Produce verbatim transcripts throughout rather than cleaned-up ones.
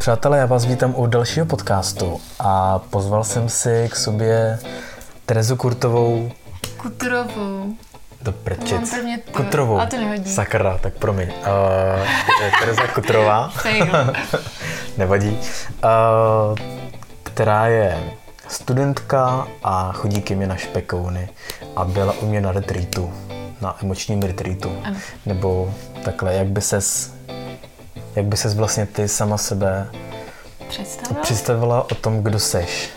Přátelé, já vás vítám u dalšího podcastu a pozval jsem si k sobě Terezu Kurtovou. Kutrovou. Do prčic. To, Kutrovou. A to nehodí. Sakra, tak promiň. Uh, Tereza Kutrová. Nevadí. Uh, která je studentka a chodí ke mně na špekouny a byla u mě na retreatu, na emočním retreatu. Ano. Nebo takhle, jak by ses, jak by ses vlastně ty sama sebe Představila? představila o tom, kdo seš.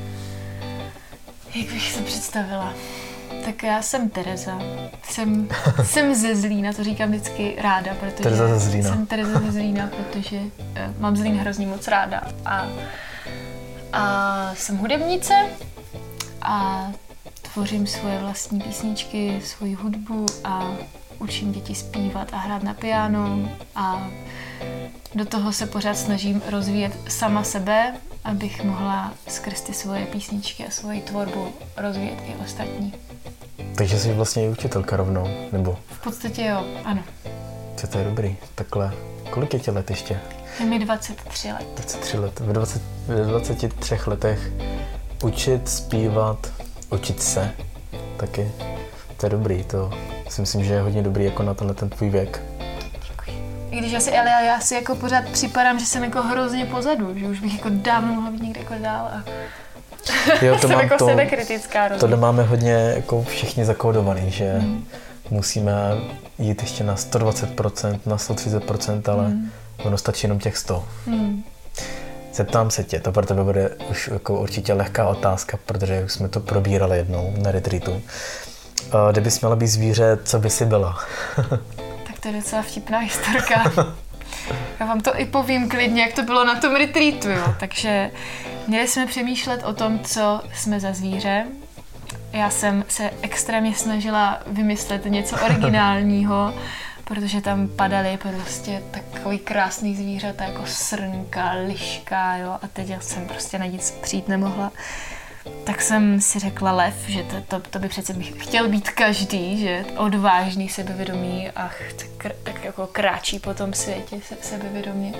Jak bych se představila? Tak já jsem Tereza. Jsem, jsem ze Zlína, to říkám vždycky ráda, protože Tereza ze Zlína. jsem Tereza ze Zlína, protože uh, mám Zlín hrozně moc ráda. A, a jsem hudebnice a tvořím svoje vlastní písničky, svoji hudbu a učím děti zpívat a hrát na piano a do toho se pořád snažím rozvíjet sama sebe, abych mohla skrz ty svoje písničky a svoji tvorbu rozvíjet i ostatní. Takže jsi vlastně i učitelka rovnou, nebo? V podstatě jo, ano. Co to je dobrý, takhle. Kolik je tě let ještě? Je mi dvacet tři let. dvacet tři let. Ve, dvacet, ve dvaceti třech letech učit, zpívat, učit se taky. To je dobrý, to si myslím, že je hodně dobrý jako na tenhle ten tvůj věk. I když asi, ale já si jako pořád připadám, že jsem jako hrozně pozadu, že už bych jako dávno mohla být někde jako dál a jo, to jsem mám jako to, sebekritická. Tohle máme hodně jako všichni zakódovaný, že mm. musíme jít ještě na sto dvacet procent, na sto třicet procent, ale mm. ono stačí jenom těch sto. Mm. Zeptám se tě, to pro tebe bude už jako určitě lehká otázka, protože už jsme to probírali jednou na retreatu. Kdybys měla být zvíře, co by si byla? Tak to je docela vtipná historka. Já vám to i povím klidně, jak to bylo na tom retreatu, jo. Takže měli jsme přemýšlet o tom, co jsme za zvíře. Já jsem se extrémně snažila vymyslet něco originálního, protože tam padaly prostě takový krásný zvířata jako srnka, liška, jo. A teď já jsem prostě na nic přijít nemohla. Tak jsem si řekla lev, že to, to, to by přece bych chtěl být každý, že odvážný, sebevědomý a chce, kr, tak jako kráčí po tom světě se, sebevědomě.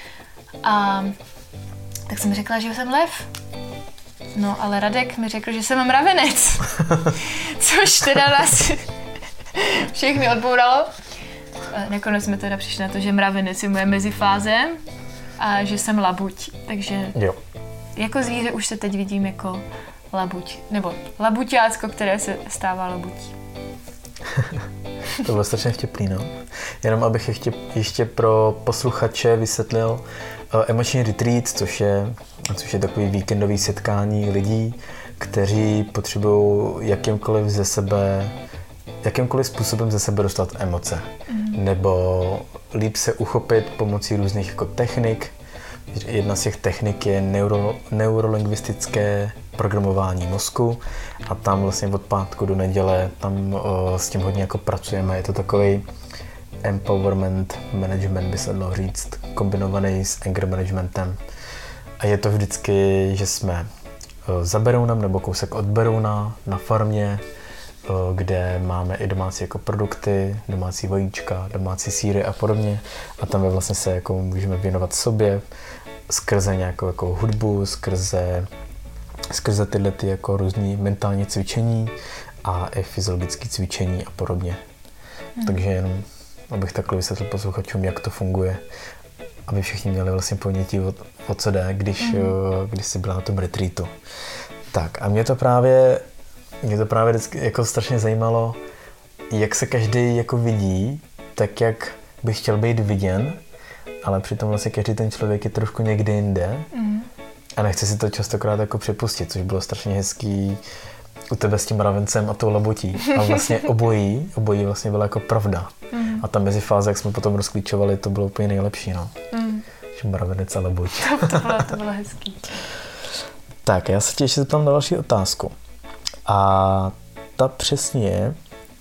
A tak jsem řekla, že jsem lev. No ale Radek mi řekl, že jsem mravenec. Což teda nás všechny odbouralo. Nakonec jsme teda přišli na to, že mravenec je moje mezifáze a že jsem labuť. Takže jo. Jako zvíře už se teď vidím jako labuť, nebo labuťácko, které se stává labutí. To bylo strašně vtipný, no. Jenom abych ještě, ještě pro posluchače vysvětlil uh, emoční retreat, což je, což je takový víkendový setkání lidí, kteří potřebují jakýmkoliv ze sebe, jakýmkoliv způsobem ze sebe dostat emoce. Mm. Nebo líp se uchopit pomocí různých jako technik. Jedna z těch technik je neuro, neurolingvistické programování mozku a tam vlastně od pátku do neděle tam o, s tím hodně jako pracujeme. Je to takový empowerment management, by se dalo říct, kombinovaný s anger managementem. A je to vždycky, že jsme o, za Berounem nebo kousek od Berouna na farmě, o, kde máme i domácí jako produkty, domácí vajíčka, domácí sýry a podobně. A tam vlastně se jako můžeme věnovat sobě, skrze nějakou jako hudbu, skrze, skrze tyhle ty jako různý mentální cvičení a i fyziologické cvičení a podobně. Hmm. Takže jenom, abych takhle vysvětlil posluchačům, jak to funguje, aby všichni měli vlastně ponětí o, o co jde, když, hmm. když jsi byla na tom retreatu. Tak a mě to právě, mě to právě vždycky jako strašně zajímalo, jak se každý jako vidí, tak jak by chtěl být viděn, ale přitom vlastně každý ten člověk je trošku někde jinde mm. a nechce si to častokrát jako připustit, což bylo strašně hezký u tebe s tím mravencem a tou labutí. A vlastně obojí, obojí vlastně byla jako pravda. Mm. A ta mezifáze, jak jsme potom rozklíčovali, to bylo úplně nejlepší, no. Mm. Že mravenec a labuť. To, to, bylo, to bylo hezký. Tak, já se tě ještě zeptám na další otázku. A ta přesně je,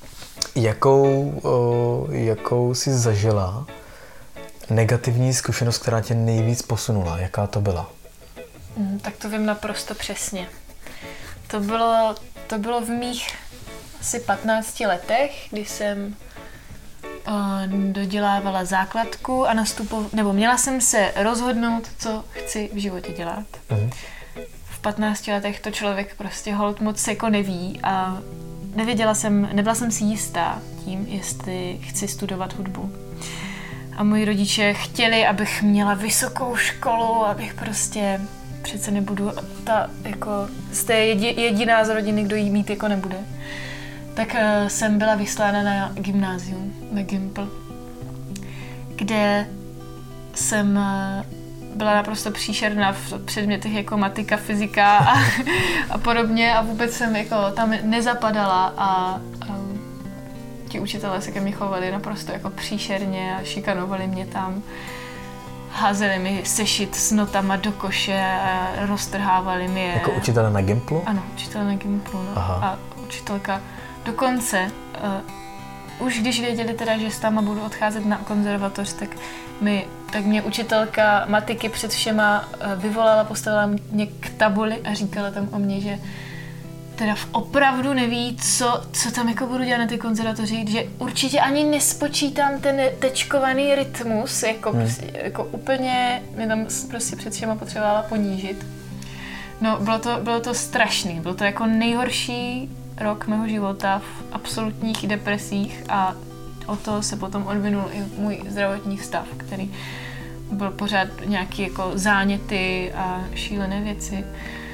jakou, o, jakou jsi zažila negativní zkušenost, která tě nejvíc posunula. Jaká to byla? Mm, tak to vím naprosto přesně. To bylo, to bylo v mých asi patnácti letech, kdy jsem dodělávala základku a nastupovala, nebo měla jsem se rozhodnout, co chci v životě dělat. Mm. V patnácti letech to člověk prostě holt moc jako neví a nevěděla jsem, nebyla jsem si jistá tím, jestli chci studovat hudbu. A moji rodiče chtěli, abych měla vysokou školu, abych prostě přece nebudu ta, jako, jste jediná z rodiny, kdo jí mít jako nebude. Tak uh, jsem byla vyslána na gymnázium, na Gimpl, kde jsem uh, byla naprosto příšerná v předmětech jako matika, fyzika a, a podobně a vůbec jsem jako tam nezapadala a um, ti učitelé se ke mně chovali naprosto jako příšerně a šikanovali mě tam. Házeli mi sešit s notama do koše a roztrhávali mi je. Jako učitelé na Gimplu? Ano, učitelé na Gimplu, no. Aha. A učitelka dokonce, uh, už když věděli teda, že s táma budu odcházet na konzervatoř, tak, mi, tak mě učitelka matiky před všema uh, vyvolala, postavila mě k tabuli a říkala tam o mě, že teda opravdu neví, co, co tam jako budu dělat na té konzervatoři, že určitě ani nespočítám ten tečkovaný rytmus, jako, hmm. prostě, jako úplně mě tam prostě před všema potřebovala ponížit. No, bylo to, bylo to strašný, bylo to jako nejhorší rok mého života v absolutních depresích a o to se potom odvinul i můj zdravotní stav, který byl pořád nějaký jako záněty a šílené věci.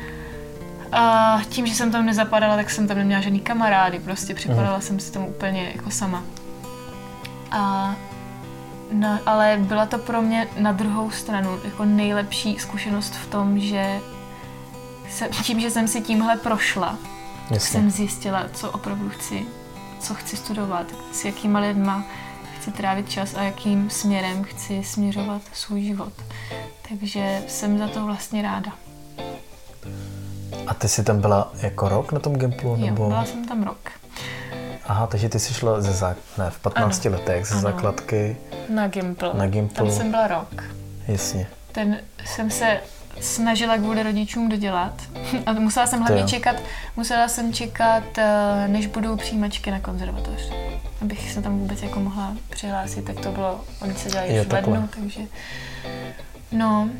A tím, že jsem tam nezapadala, tak jsem tam neměla žádný kamarády, prostě připadala mm. jsem si tomu úplně jako sama. A no, ale byla to pro mě na druhou stranu jako nejlepší zkušenost v tom, že se, tím, že jsem si tímhle prošla, tak jsem zjistila, co opravdu chci, co chci studovat, s jakýma lidma chci trávit čas a jakým směrem chci směřovat svůj život. Takže jsem za to vlastně ráda. A ty jsi tam byla jako rok na tom Gimplu? Nebo? Jo, byla jsem tam rok. Aha, takže ty jsi šla ze zá... ne, v patnácti ano. letech ze ano. základky na Gimpl. na Gimpl. Tam jsem byla rok. Jasně. Ten jsem se snažila kvůli rodičům dodělat a musela jsem hlavně čekat, musela jsem čekat, než budou přijímačky na konzervatoř. Abych se tam vůbec jako mohla přihlásit, tak to bylo, oni se dělají v lednu, takže no.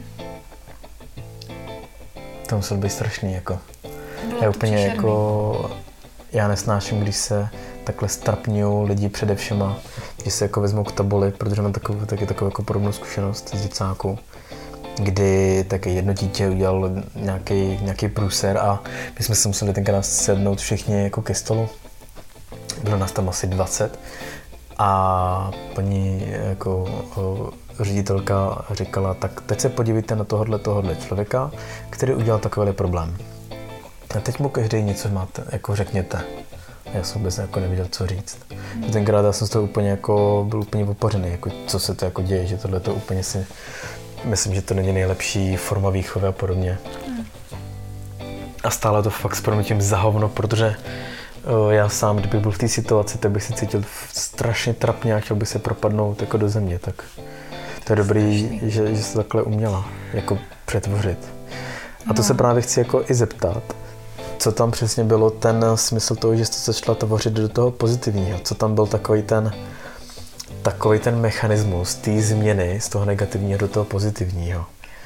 To musel být strašný, jako. Bylo já úplně příšerný. Jako, já nesnáším, když se takhle strapňují lidi především, když se jako vezmou k tabuli, protože mám takovou, taky takovou jako podobnou zkušenost z děcáku, kdy také jedno dítě udělal nějaký, nějaký průser a my jsme se museli tenkrát sednout všichni jako ke stolu. Bylo nás tam asi dvacet a paní jako ředitelka říkala, tak teď se podívejte na tohohle, tohohle člověka, který udělal takovýhle problém. A teď mu každý něco máte, jako řekněte. Já jsem vůbec jako nevěděl, co říct. Hmm. Tenkrát já jsem z toho úplně jako, byl úplně opařený, jako co se to jako děje, že tohle to úplně si, myslím, že to není nejlepší forma výchovy a podobně. Hmm. A stále to fakt s proměnutím za hovno, protože o, já sám, kdybych byl v té situaci, tak bych se cítil strašně trapně a chtěl bych se propadnout jako do země, tak to je dobrý, že, že se takhle uměla jako přetvořit. A to no. se právě chci jako i zeptat, co tam přesně bylo ten smysl toho, že jste začala tvořit do toho pozitivního, co tam byl takový ten, takový ten mechanismus té změny z toho negativního do toho pozitivního.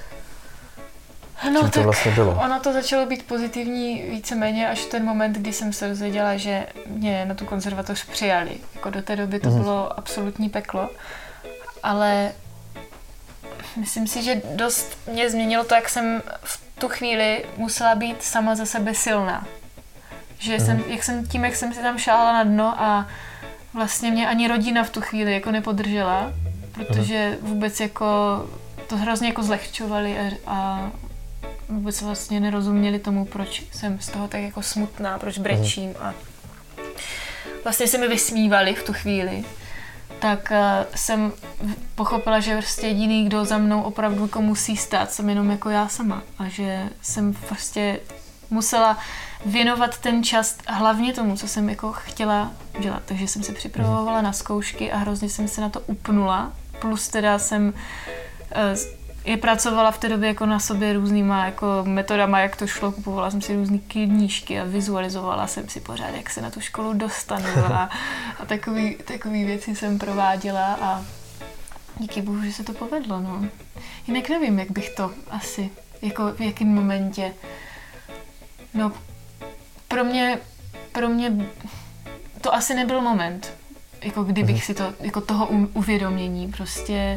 No čím to vlastně bylo? Ono to začalo být pozitivní víceméně až v ten moment, kdy jsem se dozvěděla, že mě na tu konzervatoř přijali. Jako do té doby to mm. bylo absolutní peklo, ale myslím si, že dost mě změnilo to, jak jsem v tu chvíli musela být sama za sebe silná. Že mm. jsem, jak jsem, tím, jak jsem si tam šála na dno a vlastně mě ani rodina v tu chvíli jako nepodržela, protože vůbec jako to hrozně jako zlehčovali a, a vůbec vlastně nerozuměli tomu, proč jsem z toho tak jako smutná, proč brečím mm. a vlastně se mi vysmívali v tu chvíli. Tak uh, jsem pochopila, že prostě jediný, kdo za mnou opravdu jako musí stát, jsem jenom jako já sama. A že jsem prostě musela věnovat ten čas hlavně tomu, co jsem jako chtěla dělat. Takže jsem se připravovala na zkoušky a hrozně jsem se na to upnula. Plus teda jsem uh, je pracovala v té době jako na sobě různýma jako metodama, jak to šlo, kupovala jsem si různý knížky a vizualizovala jsem si pořád, jak se na tu školu dostanu a, a takový, takový věci jsem prováděla a díky bohu, že se to povedlo, no. Jinak nevím, jak bych to asi, jako v jakém momentě. No, pro mě, pro mě to asi nebyl moment, jako kdybych si to, jako toho uvědomění, prostě.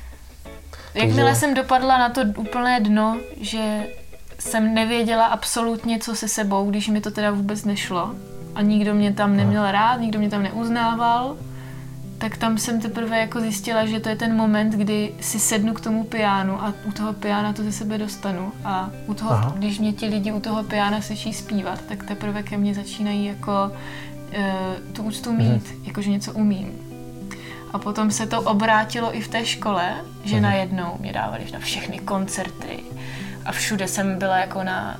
Jakmile jsem dopadla na to úplné dno, že jsem nevěděla absolutně, co se sebou, když mi to teda vůbec nešlo a nikdo mě tam neměl rád, nikdo mě tam neuznával, tak tam jsem teprve jako zjistila, že to je ten moment, kdy si sednu k tomu pianu a u toho piana to ze sebe dostanu a u toho, Aha. když mě ti lidi u toho piana slyší zpívat, tak teprve ke mně začínají jako uh, tu úctu mít, hmm. jako že něco umím. A potom se to obrátilo i v té škole, že hmm. najednou mě dávali na všechny koncerty a všude jsem byla jako na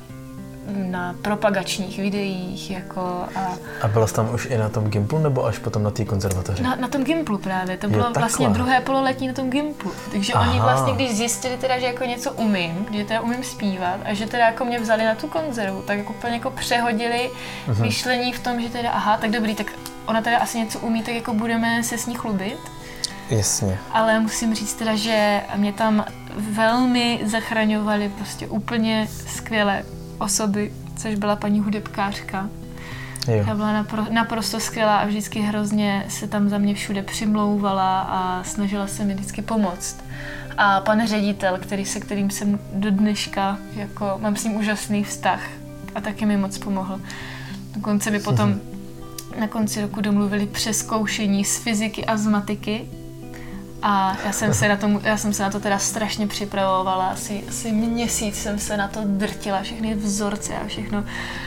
na propagačních videích, jako a... A byla jsi tam už i na tom Gimplu, nebo až potom na té konzervatoři? Na, na tom Gimplu právě, to bylo jo, vlastně druhé pololetí na tom Gimplu. Takže Aha. oni vlastně, když zjistili teda, že jako něco umím, že teda umím zpívat a že teda jako mě vzali na tu konzervu, tak jako úplně jako přehodili uh-huh. myšlení v tom, že teda aha, tak dobrý, tak ona teda asi něco umí, tak jako budeme se s ní chlubit. Jasně. Ale musím říct teda, že mě tam velmi zachraňovali prostě úplně skvělé osoby, což byla paní hudebkářka. Jo. Ta byla napro, naprosto skvělá a vždycky hrozně se tam za mě všude přimlouvala a snažila se mi vždycky pomoct. A pan ředitel, který, se kterým jsem do dneška, jako, mám s ním úžasný vztah a taky mi moc pomohl. Dokonce by potom na konci roku domluvili přezkoušení z fyziky a z matiky. A já jsem se na to, já jsem se na to teda strašně připravovala, asi, asi měsíc jsem se na to drtila, všechny vzorce a všechno.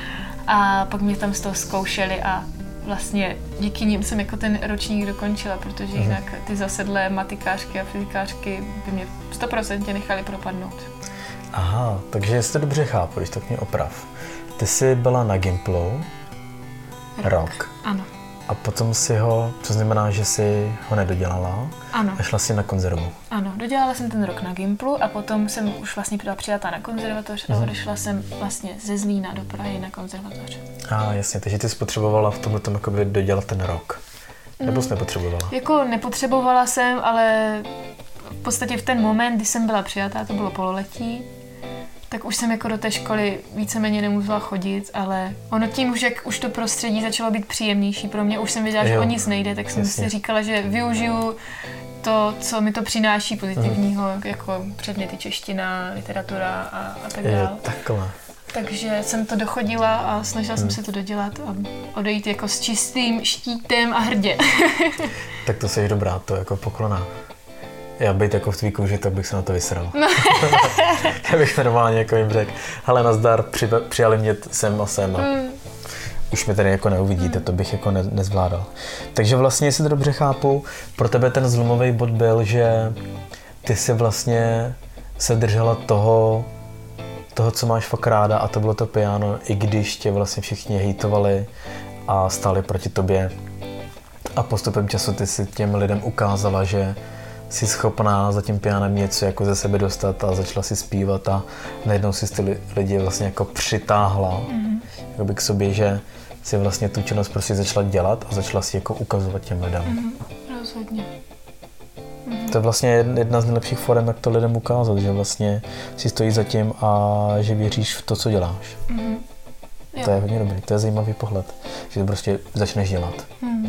A pak mě tam z toho zkoušeli a vlastně díky nim jsem jako ten ročník dokončila, protože jinak ty zasedlé matikářky a fyzikářky by mě sto procent nechali propadnout. Aha, takže jestli to dobře chápu, když tak mě oprav. Ty jsi byla na Gimplu rok. rok. Ano. A potom si ho, co znamená, že si ho nedodělala ano. a šla si na konzervu. Ano, dodělala jsem ten rok na Gimplu a potom jsem už vlastně byla přijatá na konzervatoř a odešla jsem vlastně ze Zlína do Prahy na konzervatoř. A jasně, takže ty jsi potřebovala v tomhle tom jakoby dodělat ten rok. Nebo jsi nepotřebovala? Jako nepotřebovala jsem, ale v podstatě v ten moment, kdy jsem byla přijatá, to bylo pololetí, tak už jsem jako do té školy víceméně nemusela chodit, ale ono tím už, jak už to prostředí začalo být příjemnější pro mě, už jsem věděla, že o nic nejde, tak jsem Jasně. si říkala, že využiju to, co mi to přináší pozitivního, mm. jako předměty čeština, literatura a, a tak dále. Takhle. Takže jsem to dochodila a snažila mm. jsem se to dodělat a odejít jako s čistým štítem a hrdě. Tak to jsi dobrá, to jako poklona. Já být jako v tvý kůži, tak bych se na to vysral. No. Já bych normálně jako jim řekl, hele nazdar, při, přijali mě sem a sem a mm. už mě tady jako neuvidíte, mm. to bych jako ne, nezvládal. Takže vlastně, jestli to dobře chápu, pro tebe ten zlomový bod byl, že ty si vlastně se držela toho, toho, co máš fakt ráda a to bylo to piano, i když tě vlastně všichni hejtovali a stáli proti tobě. A postupem času ty si těm lidem ukázala, že jsi schopná za tím pianem něco jako ze sebe dostat a začala si zpívat a najednou si ty lidi vlastně jako přitáhla mm-hmm. jakoby k sobě, že si vlastně tu činnost prostě začala dělat a začala si jako ukazovat těm lidem. Mm-hmm. Rozhodně. Mm-hmm. To je vlastně jedna z nejlepších forem, jak to lidem ukázat, že vlastně si stojíš za tím a že věříš v to, co děláš. Mm-hmm. To je hodně dobrý, to je zajímavý pohled, že to prostě začneš dělat. Mm-hmm.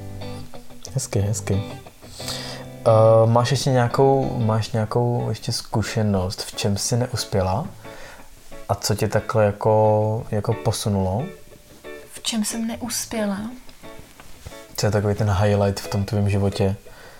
Hezky, hezky. Uh, máš ještě nějakou, máš nějakou ještě zkušenost, v čem jsi neuspěla a co tě takhle jako, jako posunulo? V čem jsem neuspěla? Co je takový ten highlight v tom tvém životě?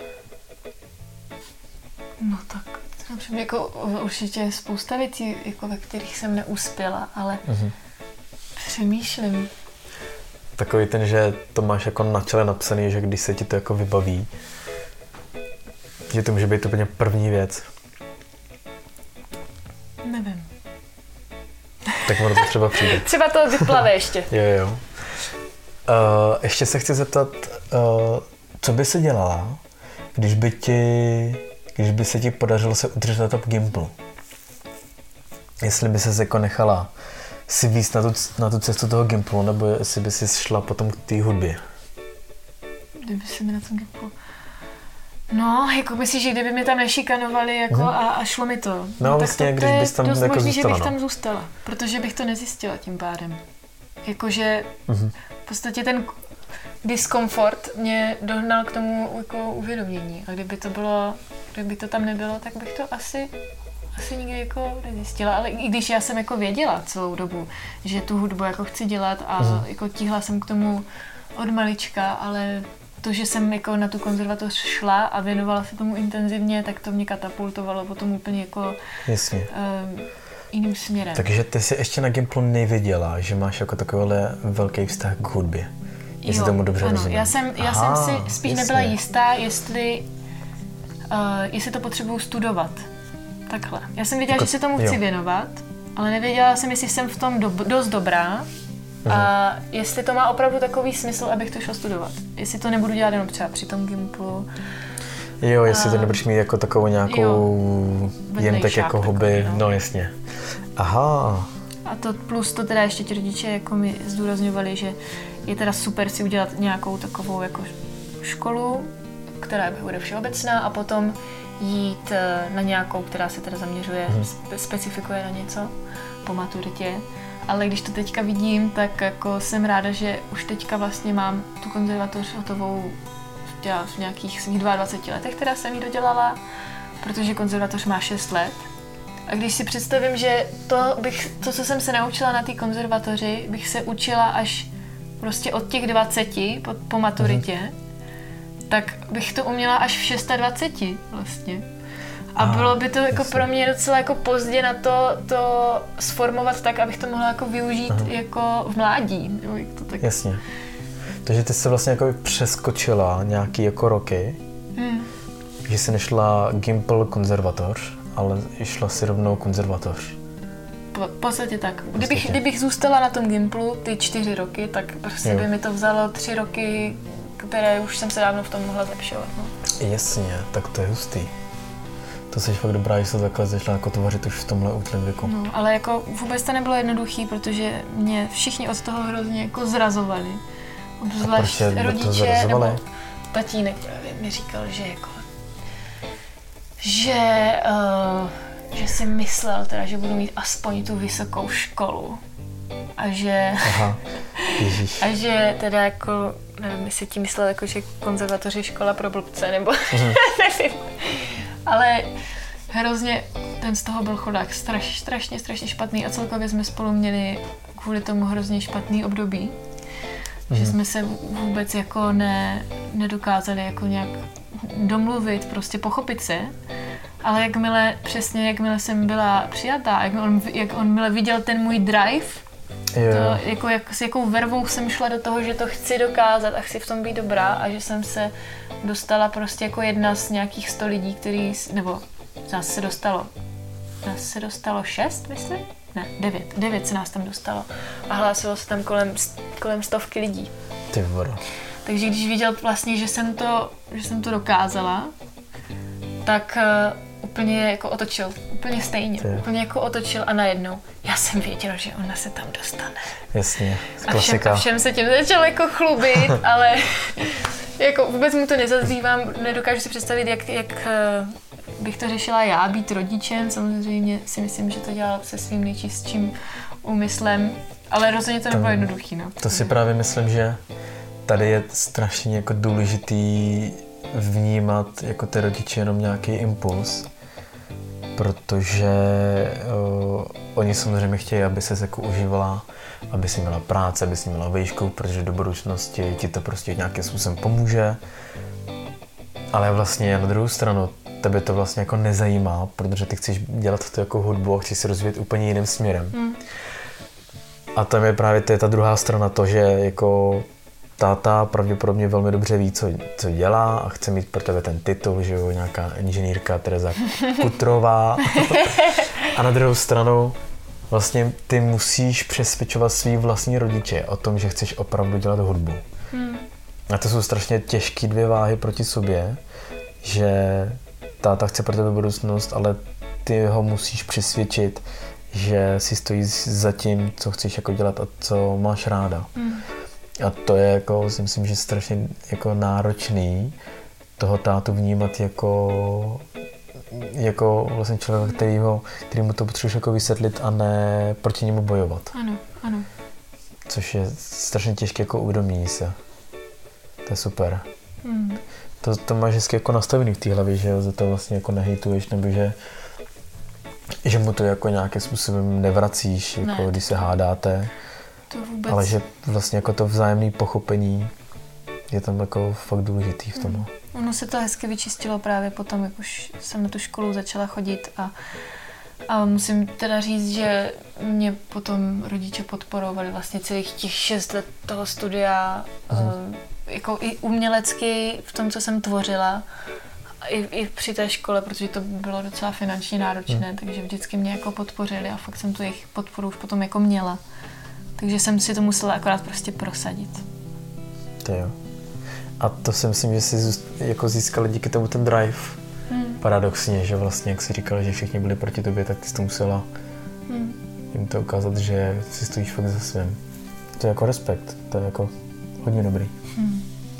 No tak, jako určitě spousta věcí, jako ve kterých jsem neuspěla, ale uh-huh. přemýšlím. Takový ten, že to máš jako na čele napsaný, že když se ti to jako vybaví, že to může být úplně první věc. Nevím. Tak ono to třeba přijde. Třeba to vyplave ještě. jo, jo. Uh, ještě se chci zeptat, uh, co by se dělala, když by ti když by se ti podařilo se udržet na top Gimplu, jestli by se jako nechala si víc na tu, na tu cestu toho Gimplu, nebo jestli by si šla potom k té hudbě? Kdyby se mi na tom Gimplu... No, jako myslíš, že kdyby mě tam nešikanovali jako Mhm. a, a šlo mi to. No, tak vlastně, to, když to je bys tam dost jako možný, že zůstala, bych no. tam zůstala, protože bych to nezjistila tím pádem. Jakože Mhm. v podstatě ten diskomfort mě dohnal k tomu jako uvědomění. A kdyby to bylo, kdyby to tam nebylo, tak bych to asi, asi nikdy jako nezjistila. Ale i když já jsem jako věděla celou dobu, že tu hudbu jako chci dělat a Mhm. jako tíhla jsem k tomu od malička, ale to, že jsem jako na tu konzervatoř šla a věnovala se tomu intenzivně, tak to mě katapultovalo potom úplně jako Jasně. uh, jiným směrem. Takže ty jsi ještě na Gimplu nevěděla, že máš jako takovýhle velký vztah k hudbě. Jestli Jo, tomu dobře ano, rozumím. já jsem, já Aha, jsem si spíš jasně. nebyla jistá, jestli, uh, jestli to potřebuju studovat. Takhle. Já jsem věděla, Jako- že se tomu jo. chci věnovat, ale nevěděla jsem, jestli jsem v tom do, dost dobrá a jestli to má opravdu takový smysl, abych to šla studovat. Jestli to nebudu dělat jenom třeba při tom Gimplu. Jo, jestli to A- nebudeš mít jako takovou nějakou jen tak vedlejšák jako takový, hobby, no. no jasně. Aha, A to plus to teda ještě ti rodiče jako mi zdůrazňovali, že je teda super si udělat nějakou takovou jako školu, která bude všeobecná a potom jít eh, na nějakou, která se teda zaměřuje, Mhm. spe- specifikuje na něco po maturitě. Ale když to teďka vidím, tak jako jsem ráda, že už teďka vlastně mám tu konzervatoř hotovou dělala v nějakých svých dvaceti dvou letech, která jsem ji dodělala, protože konzervatoř má šest let. A když si představím, že to, bych, to, co jsem se naučila na té konzervatoři, bych se učila až prostě od těch dvaceti po, po maturitě, mm-hmm. tak bych to uměla až v dvaceti šesti vlastně. A Ah, bylo by to jako jasně. pro mě docela jako pozdě na to, to sformovat tak, abych to mohla jako využít Aha. jako v mládí. Jo, jak to tak... jasně. Takže ty jsi vlastně jako přeskočila nějaký jako roky, Hmm. že jsi nešla Gimpl konzervatoř, ale šla si rovnou konzervatoř. Po, v podstatě tak. Kdybych, podstatě. kdybych zůstala na tom Gimplu ty čtyři roky, tak prostě Jo. by mi to vzalo tři roky, které už jsem se dávno v tom mohla zlepšovat. No. Jasně, tak to je hustý. To jsi fakt dobrá, že jsi to takhle začala jako tvořit už v tomhle útlém věku. No, ale jako vůbec to nebylo jednoduchý, protože mě všichni od toho hrozně jako zrazovali. Obzvlášť proč tě to rodiče zrazovali? nebo tatínek právě mi říkal, že jako že, uh, že si myslel teda, že budu mít aspoň tu vysokou školu. A že, Aha, ježíš. a že teda jako, nevím, jestli ti myslel, jako, že konzervatoř je škola pro blbce, nebo nevím. Ale hrozně ten z toho byl chudák straš, strašně, strašně špatný a celkově jsme spolu měli kvůli tomu hrozně špatný období. Mm. Že jsme se vůbec jako ne, nedokázali jako nějak domluvit, prostě pochopit se. Ale jakmile, přesně jakmile jsem byla přijatá, jak on, jak on mile viděl ten můj drive, Jo, to, jako, jak, s jakou vervou jsem šla do toho, že to chci dokázat a chci v tom být dobrá a že jsem se dostala prostě jako jedna z nějakých sto lidí, který, nebo nás se dostalo, nás se dostalo šest, myslím? Ne, devět, devět se nás tam dostalo a hlásilo se tam kolem, kolem stovky lidí. ty voro. Takže když viděl vlastně, že jsem to, že jsem to dokázala, tak uh, úplně jako otočil, úplně stejně, Ty. úplně jako otočil a najednou já jsem věděla, že ona se tam dostane. Jasně, A všem, klasika. a všem se tím začal jako chlubit, ale jako vůbec mu to nezazlívám, nedokážu si představit, jak, jak uh, bych to řešila já, být rodičem, samozřejmě si myslím, že to dělal se svým nejčistším úmyslem, ale rozhodně to nebylo jednoduchý, no. To si právě myslím, že tady je strašně jako důležitý vnímat jako ty rodiče jenom nějaký impuls, protože uh, oni samozřejmě chtějí, aby ses jako užívala, aby si měla práce, aby si měla výšku, protože do budoucnosti ti to prostě nějakým způsobem pomůže. Ale vlastně na druhou stranu tebe to vlastně jako nezajímá, protože ty chceš dělat to jako hudbu a chceš si rozvíjet úplně jiným směrem. Hmm. A tam je právě to je ta druhá strana to, že jako táta pravděpodobně velmi dobře ví, co, co dělá a chce mít pro tebe ten titul, že jo, nějaká inženýrka Tereza Kutrová. A na druhou stranu vlastně ty musíš přesvědčovat svý vlastní rodiče o tom, že chceš opravdu dělat hudbu. Hmm. A to jsou strašně těžké dvě váhy proti sobě, že táta chce pro tebe budoucnost, ale ty ho musíš přesvědčit, že si stojí za tím, co chceš jako dělat a co máš ráda. Mm. A to je jako, si myslím, že strašně jako náročný toho tátu vnímat jako, jako vlastně člověka, kterýho, který mu to potřebuješ jako vysvětlit a ne proti němu bojovat. Ano, ano. Což je strašně těžké jako uvědomění se. To je super. Mm. To, to máš hezky jako nastavený v té hlavě, že za to vlastně jako nehejtuješ, nebo že, že mu to jako nějakým způsobem nevracíš, jako ne. Když se hádáte. To vůbec. Ale že vlastně jako to vzájemné pochopení je tam jako fakt důležitý v tom. Mm. Ono se to hezky vyčistilo právě potom, jak už jsem na tu školu začala chodit a, a musím teda říct, že mě potom rodiče podporovali vlastně celých těch šest let toho studia, mm. uh, jako i umělecky v tom, co jsem tvořila, i, i při té škole, protože to bylo docela finančně náročné, mm. takže vždycky mě jako podpořili a fakt jsem tu jejich podporu už potom jako měla. Takže jsem si to musela akorát prostě prosadit. To jo. A to si myslím, že jsi jako získala díky tomu ten drive. Hmm. Paradoxně, že vlastně, jak jsi říkala, že všichni byli proti tobě, tak ty jsi to musela hmm. jim to ukázat, že si stojíš fakt za svým. To je jako respekt, to je jako hodně dobrý. Hmm.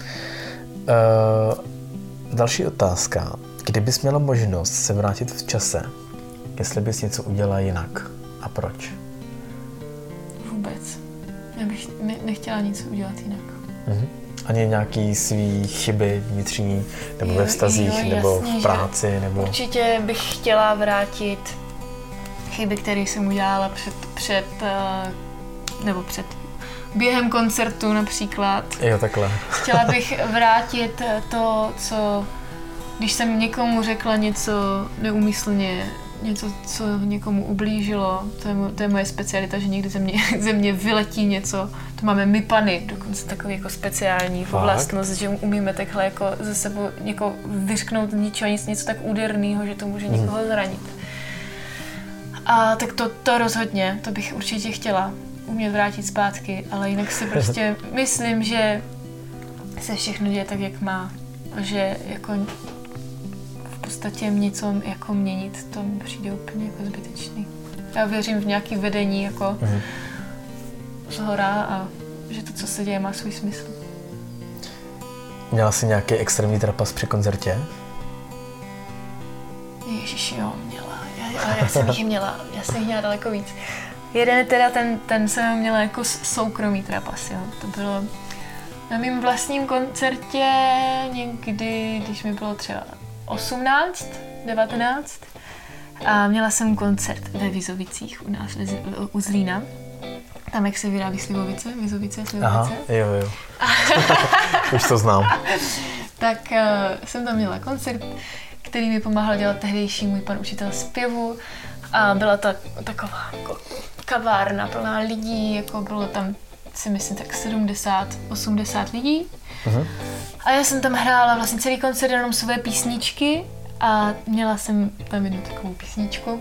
Uh, další otázka. Kdybys měla možnost se vrátit v čase, jestli bys něco udělala jinak a proč? Vůbec. Já bych nechtěla nic udělat jinak. Mm-hmm. Ani nějaký svý chyby vnitřní, nebo jo, ve vztazích, jo, nebo jasně, v práci, nebo... Určitě bych chtěla vrátit chyby, které jsem udělala před, před, nebo před, během koncertu například. Jo, takhle. Chtěla bych vrátit to, co, když jsem někomu řekla něco neúmyslně, něco, co někomu ublížilo, to je, to je moje specialita, že někdy ze mě, ze mě vyletí něco, to máme my pany, dokonce takový jako speciální vlastnost, že umíme takhle jako ze sebou někoho vyřknout ničeho, nic, něco tak úderného, že to může mm. někoho zranit. A tak to, to rozhodně, to bych určitě chtěla umět vrátit zpátky, ale jinak si prostě myslím, že se všechno děje tak, jak má, že jako v podstatě něco jako měnit, to mi přijde úplně jako zbytečný. Já věřím v nějaké vedení jako mm. zhora a že to, co se děje, má svůj smysl. Měla jsi nějaký extrémní trapas při koncertě? Ježiši, jo, měla. Já, já jsem jich měla, já jsem jich měla daleko víc. Jeden teda, ten, ten jsem měla jako soukromý trapas, jo. To bylo na mým vlastním koncertě někdy, když mi bylo třeba osmnáct, devatenáct. A měla jsem koncert ve Vizovicích u nás, u Zlína. Tam, jak se vyrábí slivovice, Vizovice, slivovice. Aha, jo, jo. Už to znám. Tak uh, jsem tam měla koncert, který mi pomáhal dělat tehdejší můj pan učitel zpěvu. A byla to taková jako kavárna plná lidí, jako bylo tam, si myslím, tak sedmdesát, osmdesát lidí. Uh-huh. A já jsem tam hrála vlastně celý koncert jenom své písničky a měla jsem tam jednu takovou písničku.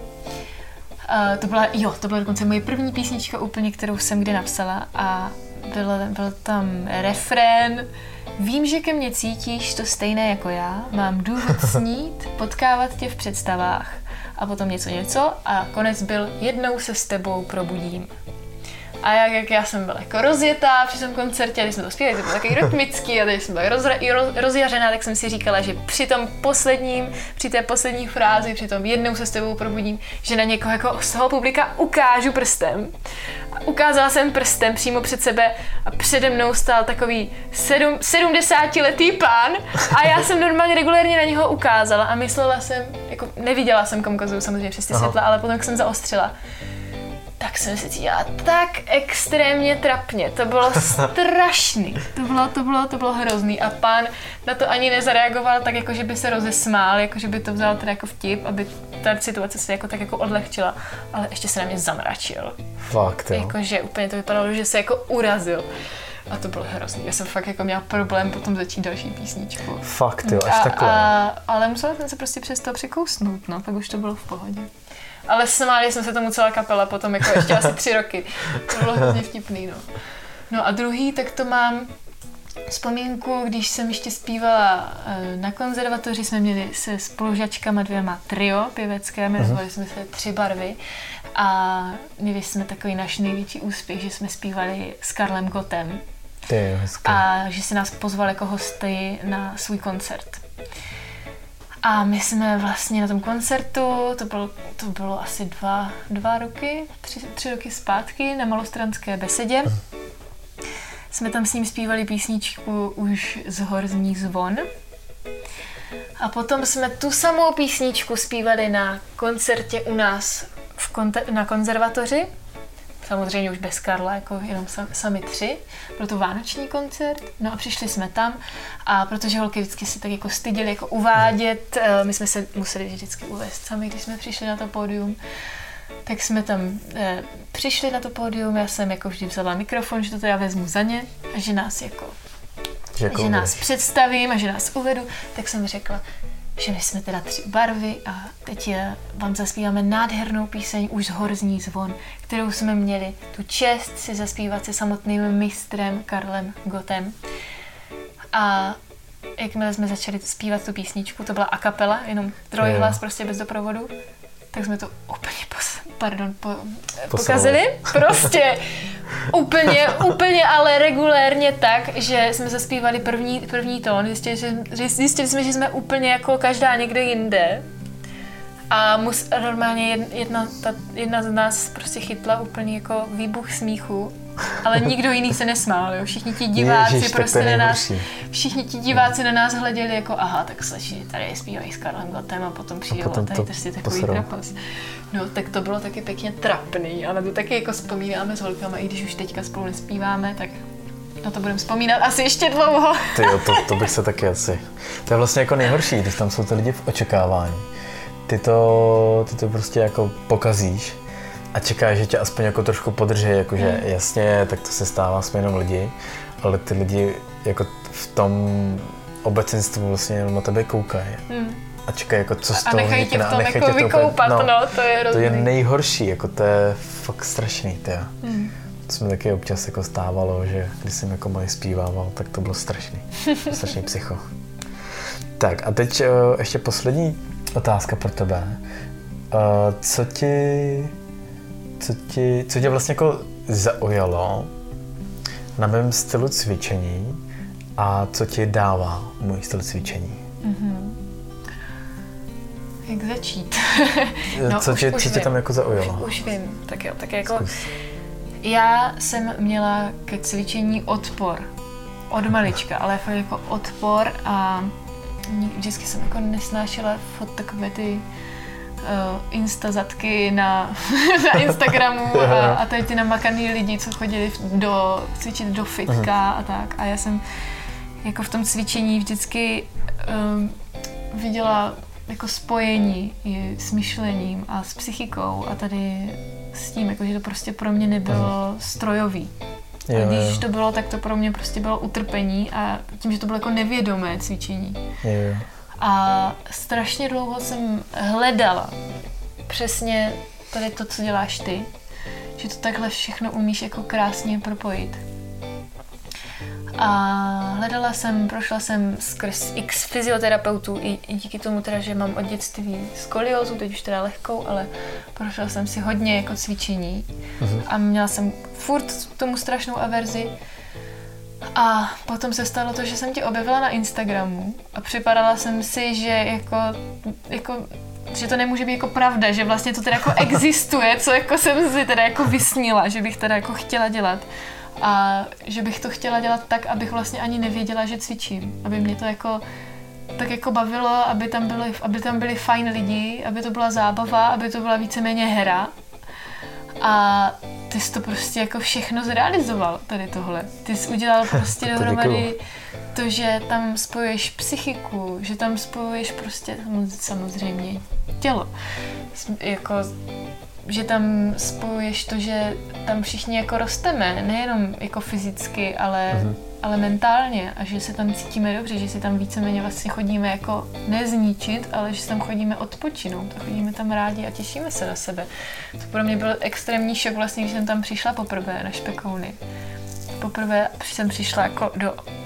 A to byla, jo, to byla dokonce moje první písnička úplně, kterou jsem kdy napsala a byl, byl tam refrén. Vím, že ke mně cítíš to stejné jako já, mám důvod snít, potkávat tě v představách. A potom něco něco a konec byl jednou se s tebou probudím. A jak, jak já jsem byla jako rozjetá při tom koncertě, a když jsme to zpívali, to bylo takový rytmický a když jsem byla roz, roz, rozjařená, tak jsem si říkala, že při tom posledním, při té poslední frázi, při tom jednou se s tebou probudím, že na někoho jako z toho publika ukážu prstem. A ukázala jsem prstem přímo před sebe a přede mnou stál takový sedm, sedmdesátiletý pán a já jsem normálně regulérně na něho ukázala a myslela jsem, jako neviděla jsem, komu ukazuju samozřejmě přes ty světla, ale potom, jak jsem zaostřila, tak jsem se cítila tak extrémně trapně. To bylo strašný. To bylo, to bylo, to bylo hrozný. A pán na to ani nezareagoval tak, jako že by se rozesmál, jako že by to vzal teda jako vtip, aby ta situace se jako tak jako odlehčila. Ale ještě se na mě zamračil. Fakt, jo. Jakože úplně to vypadalo, že se jako urazil. A to bylo hrozný. Já jsem fakt jako měla problém potom začít další písničku. Fakt, jo, až takhle. A, ale musela jsem se prostě přes to překousnout, no. Pak už to bylo v pohodě. Ale smáli jsme se tomu celá kapela potom jako ještě asi tři roky. To bylo hrozně vtipný, no. No a druhý, tak to mám vzpomínku, když jsem ještě zpívala na konzervatoři, jsme měli se spolužačkama dvěma trio pěvecké, jmenovali jsme se Tři barvy a měli jsme takový náš největší úspěch, že jsme zpívali s Karlem Gottem a že si nás pozval jako hosty na svůj koncert. A my jsme vlastně na tom koncertu, to bylo, to bylo asi dva, dva roky, tři, tři roky zpátky na Malostranské besedě. Jsme tam s ním zpívali písničku Už z hor zní zvon. A potom jsme tu samou písničku zpívali na koncertě u nás v konte- na konzervatoři. Samozřejmě už bez Karla, jako jenom sam, sami tři. Byl to vánoční koncert, no a přišli jsme tam a protože holky vždycky si tak jako styděli jako uvádět, my jsme se museli vždycky uvést sami, když jsme přišli na to pódium, tak jsme tam eh, přišli na to pódium, já jsem jako vždy vzala mikrofon, že to já vezmu za ně a že nás jako, že, jako že nás představím a že nás uvedu, tak jsem řekla, že my jsme teda Tři barvy a teď je, vám zaspíváme nádhernou píseň Už z hor zní zvon, kterou jsme měli tu čest si zaspívat se samotným mistrem Karlem Gottem. A jakmile jsme začali zpívat tu písničku, to byla a cappella, jenom trojhlas, prostě bez doprovodu, tak jsme to úplně pos, pardon, po, pokazili. Prostě úplně, úplně, ale regulérně tak, že jsme zaspívali první, první tón. Zjistili, že, zjistili jsme, že jsme úplně jako každá někde jinde. A mus, normálně jedna, ta, jedna z nás prostě chytla úplně jako výbuch smíchu. Ale nikdo jiný se nesmál, jo. Všichni ti diváci Ježiš, prostě na nás, všichni ti diváci na nás hleděli jako aha, tak sleči, tady zpívají s Karlem Gottem a potom přijdou a, a tady prostě takový trapas. No, tak to bylo taky pěkně trapný, ale to taky jako vzpomínáme s holkama, i když už teďka spolu nespíváme, tak na to budeme vzpomínat asi ještě dlouho. Ty jo, to, to bych se taky asi. To je vlastně jako nejhorší, když tam jsou ty lidi v očekávání. Ty to, ty to prostě jako pokazíš a čekáš, že tě aspoň jako trošku podrží, jakože mm. jasně, tak to se stává, jsme jenom lidi, ale ty lidi jako v tom obecenstvu vlastně jenom na tebe koukají mm. a čekají, jako co z toho nechají tě v tom jako vykoupat, no, no, to je hrozný. To je nejhorší, jako to je fakt strašný, tyjo. Mm. To se mi taky občas jako stávalo, že když jsem jako malý zpívával, tak to bylo strašný, strašný psycho. Tak a teď uh, ještě poslední otázka pro tebe. Uh, co ti Co, ti, co tě vlastně jako zaujalo na mém stylu cvičení a co ti dává můj styl cvičení? Mm-hmm. Jak začít? no, co tě, co tě tam jako zaujalo? Už, už vím, tak jo, tak jako Zkus. Já jsem měla ke cvičení odpor od malička, ale fakt jako odpor a vždycky jsem jako nesnášela fot takové ty Uh, insta zadky na, na Instagramu a, a tady ty namakaný lidi, co chodili do, cvičit do fitka a tak. A já jsem jako v tom cvičení vždycky um, viděla jako spojení i s myšlením a s psychikou a tady s tím, jako, že to prostě pro mě nebylo strojový. A když to bylo, tak to pro mě prostě bylo utrpení a tím, že to bylo jako nevědomé cvičení. Jo. A strašně dlouho jsem hledala přesně tady to, co děláš ty, že to takhle všechno umíš jako krásně propojit. A hledala jsem, prošla jsem skrz x fyzioterapeutů i, i díky tomu teda, že mám od dětství skoliózu, teď už teda lehkou, ale prošla jsem si hodně jako cvičení mhm. a měla jsem furt tomu strašnou averzi. A potom se stalo to, že jsem tě objevila na Instagramu a připadala jsem si, že jako, jako že to nemůže být jako pravda, že vlastně to teda jako existuje, co jako jsem si teda jako vysnila, že bych teda jako chtěla dělat. A že bych to chtěla dělat tak, abych vlastně ani nevěděla, že cvičím. Aby mě to jako tak jako bavilo, aby tam byly, aby tam byli fajn lidi, aby to byla zábava, aby to byla víceméně hra. A ty jsi to prostě jako všechno zrealizoval, tady tohle. Ty jsi udělal prostě dohromady to, že tam spojuješ psychiku, že tam spojuješ prostě samozřejmě tělo. Jako, že tam spojuješ to, že tam všichni jako rosteme, nejenom jako fyzicky, ale, mhm. ale mentálně a že se tam cítíme dobře, že si tam víceméně vlastně chodíme jako nezničit, ale že se tam chodíme odpočinout a chodíme tam rádi a těšíme se na sebe. To pro mě byl extrémní šok vlastně, když jsem tam přišla poprvé na Špekouny. Poprvé jsem přišla jako do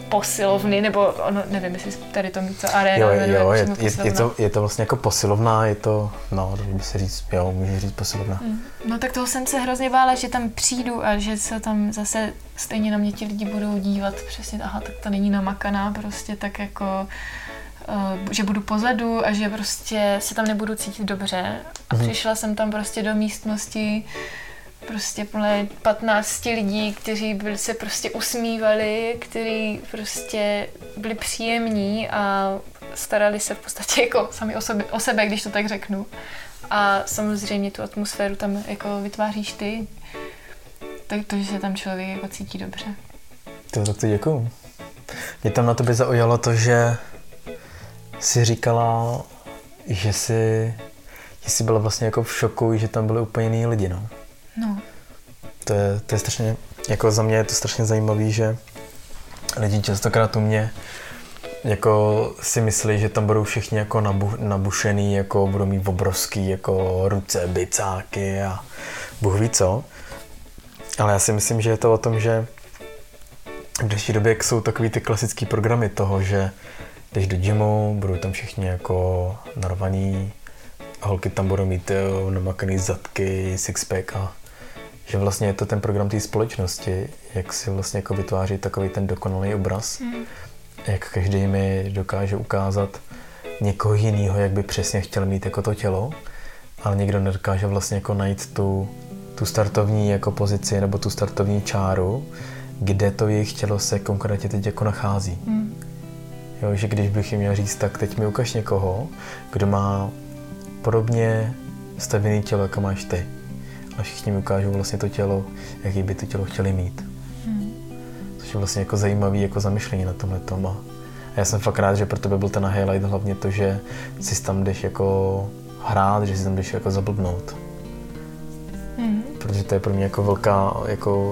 posilovny, nebo ono, nevím, jestli tady to co aréna. Jo, jmenuje, jo je, je, je, to, je to vlastně jako posilovna, je to, no, by se říct, jo, může říct posilovna. Mm. No tak toho jsem se hrozně bála, že tam přijdu a že se tam zase stejně na mě ti lidi budou dívat, přesně, aha, tak to není namakaná, prostě tak jako, uh, že budu pozadu a že prostě se tam nebudu cítit dobře. A mm. přišla jsem tam prostě do místnosti, prostě plné patnácti lidí, kteří byli, se prostě usmívali, kteří prostě byli příjemní a starali se v podstatě jako sami o sebe, o sebe, když to tak řeknu. A samozřejmě tu atmosféru tam jako vytváříš ty, tak to, že se tam člověk jako cítí dobře. To, tak to děkuju. Mě tam na tobě zaujalo to, že jsi říkala, že jsi, že jsi byla vlastně jako v šoku, že tam byly úplně jiný lidi, no. No. To je, to je strašně, jako za mě je to strašně zajímavý, že lidi častokrát u mě jako si myslí, že tam budou všichni jako nabu, nabušený, jako budou mít obrovský jako ruce, bicáky a Bůh ví co. Ale já si myslím, že je to o tom, že v dnešní době jsou takový ty klasický programy toho, že jdeš do gymu, budou tam všichni jako narvaný, holky tam budou mít jo, namakaný zadky, sixpack a že vlastně je to ten program té společnosti, jak si vlastně jako vytváří takový ten dokonalý obraz, mm. jak každý mi dokáže ukázat někoho jiného, jak by přesně chtěl mít jako to tělo, ale nikdo nedokáže vlastně jako najít tu, tu startovní jako pozici nebo tu startovní čáru, kde to jejich tělo se konkrétně teď jako nachází. Mm. Jo, že když bych jim měl říct, tak teď mi ukaž někoho, kdo má podobně stavěné tělo, jako máš ty. A všichni mi ukážou vlastně to tělo, jaký by to tělo chtěli mít. Hmm. Což je vlastně jako zajímavý jako zamyšlení na tomhle tom. A já jsem fakt rád, že pro tebe byl ten highlight hlavně to, že si tam jdeš jako hrát, že si tam jdeš jako zablbnout. Hmm. Protože to je pro mě jako velká, jako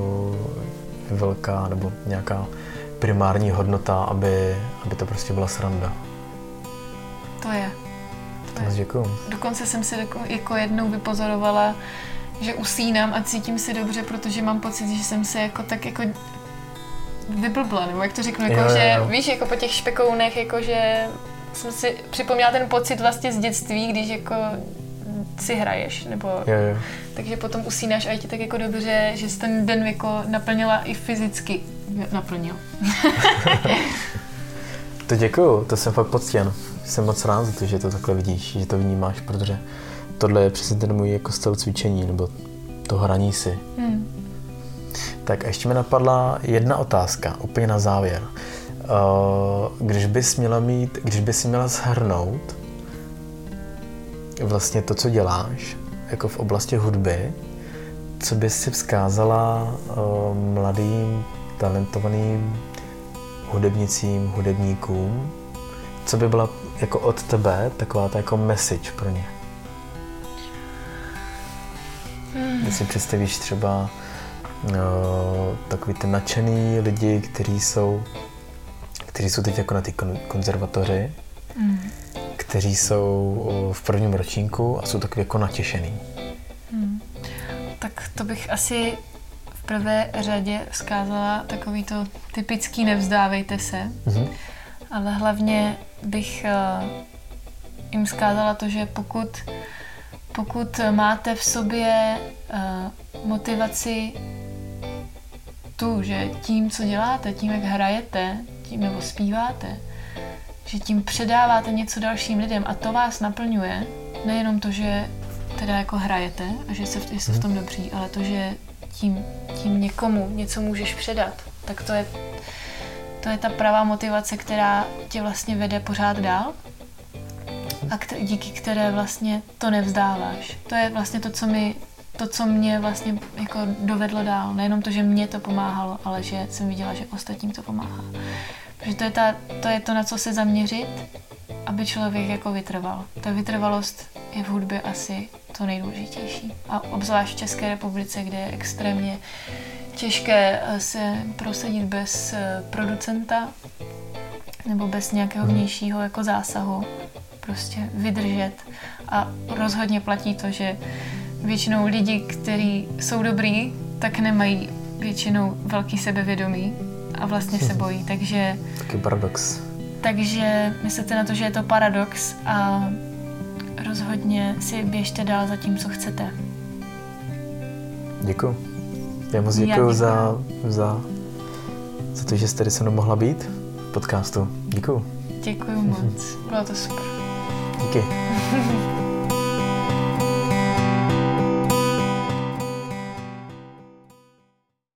uh, velká nebo nějaká primární hodnota, aby, aby to prostě byla sranda. To je. To je. Děkuju. Dokonce jsem si jako jednou vypozorovala, že usínám a cítím se dobře, protože mám pocit, že jsem se jako tak jako vyblbla, nebo jak to řeknu, jako jo, že jo. víš, jako po těch špekounech, jako že jsem si připomněla ten pocit vlastně z dětství, když jako si hraješ, nebo jo, jo. takže potom usínáš a je ti tak jako dobře, že jsi ten den jako naplnila i fyzicky. Naplnil. To děkuju, to jsem fakt poctěn. Jsem moc rád za to, že to takhle vidíš, že to vnímáš, protože tohle je přesně ten můj jako styl cvičení, nebo to hraní si. Hmm. Tak a ještě mi napadla jedna otázka, úplně na závěr. Když bys měla mít, když bys si měla shrnout vlastně to, co děláš, jako v oblasti hudby, co bys si vzkázala mladým, talentovaným hudebnicím, hudebníkům, co by byla jako od tebe taková ta jako message pro ně? Hmm. Když si představíš třeba no, takový ty nadšený lidi, kteří jsou, kteří jsou teď jako na té konzervatoři, hmm. kteří jsou v prvním ročníku a jsou takový jako natěšený. Hmm. Tak to bych asi v prvé řadě vzkázala takový to typický nevzdávejte se, hmm. ale hlavně bych uh, jim vzkázala to, že pokud, pokud máte v sobě uh, motivaci tu, že tím, co děláte, tím, jak hrajete, tím nebo zpíváte, že tím předáváte něco dalším lidem a to vás naplňuje, nejenom to, že teda jako hrajete a že se v, jste v tom dobří, ale to, že tím, tím někomu něco můžeš předat, tak to je To je ta pravá motivace, která tě vlastně vede pořád dál a k- díky které vlastně to nevzdáváš. To je vlastně to, co mi, to, co mě vlastně jako dovedlo dál. Nejenom to, že mě to pomáhalo, ale že jsem viděla, že ostatním to pomáhá. Protože to je, ta, to je to, na co se zaměřit, aby člověk jako vytrval. Ta vytrvalost je v hudbě asi to nejdůležitější. A obzvlášť v České republice, kde je extrémně těžké se prosadit bez producenta nebo bez nějakého vnějšího jako zásahu. Prostě vydržet. A rozhodně platí to, že většinou lidi, kteří jsou dobrý, tak nemají většinou velký sebevědomí a vlastně se bojí, takže... Taky paradox. Takže myslíte na to, že je to paradox a rozhodně si běžte dál za tím, co chcete. Děkuju. Já moc děkuju za, za, za to, že jste tady se mnou mohla být v podcastu. Děkuju. Děkuju moc. Bylo to super. Díky.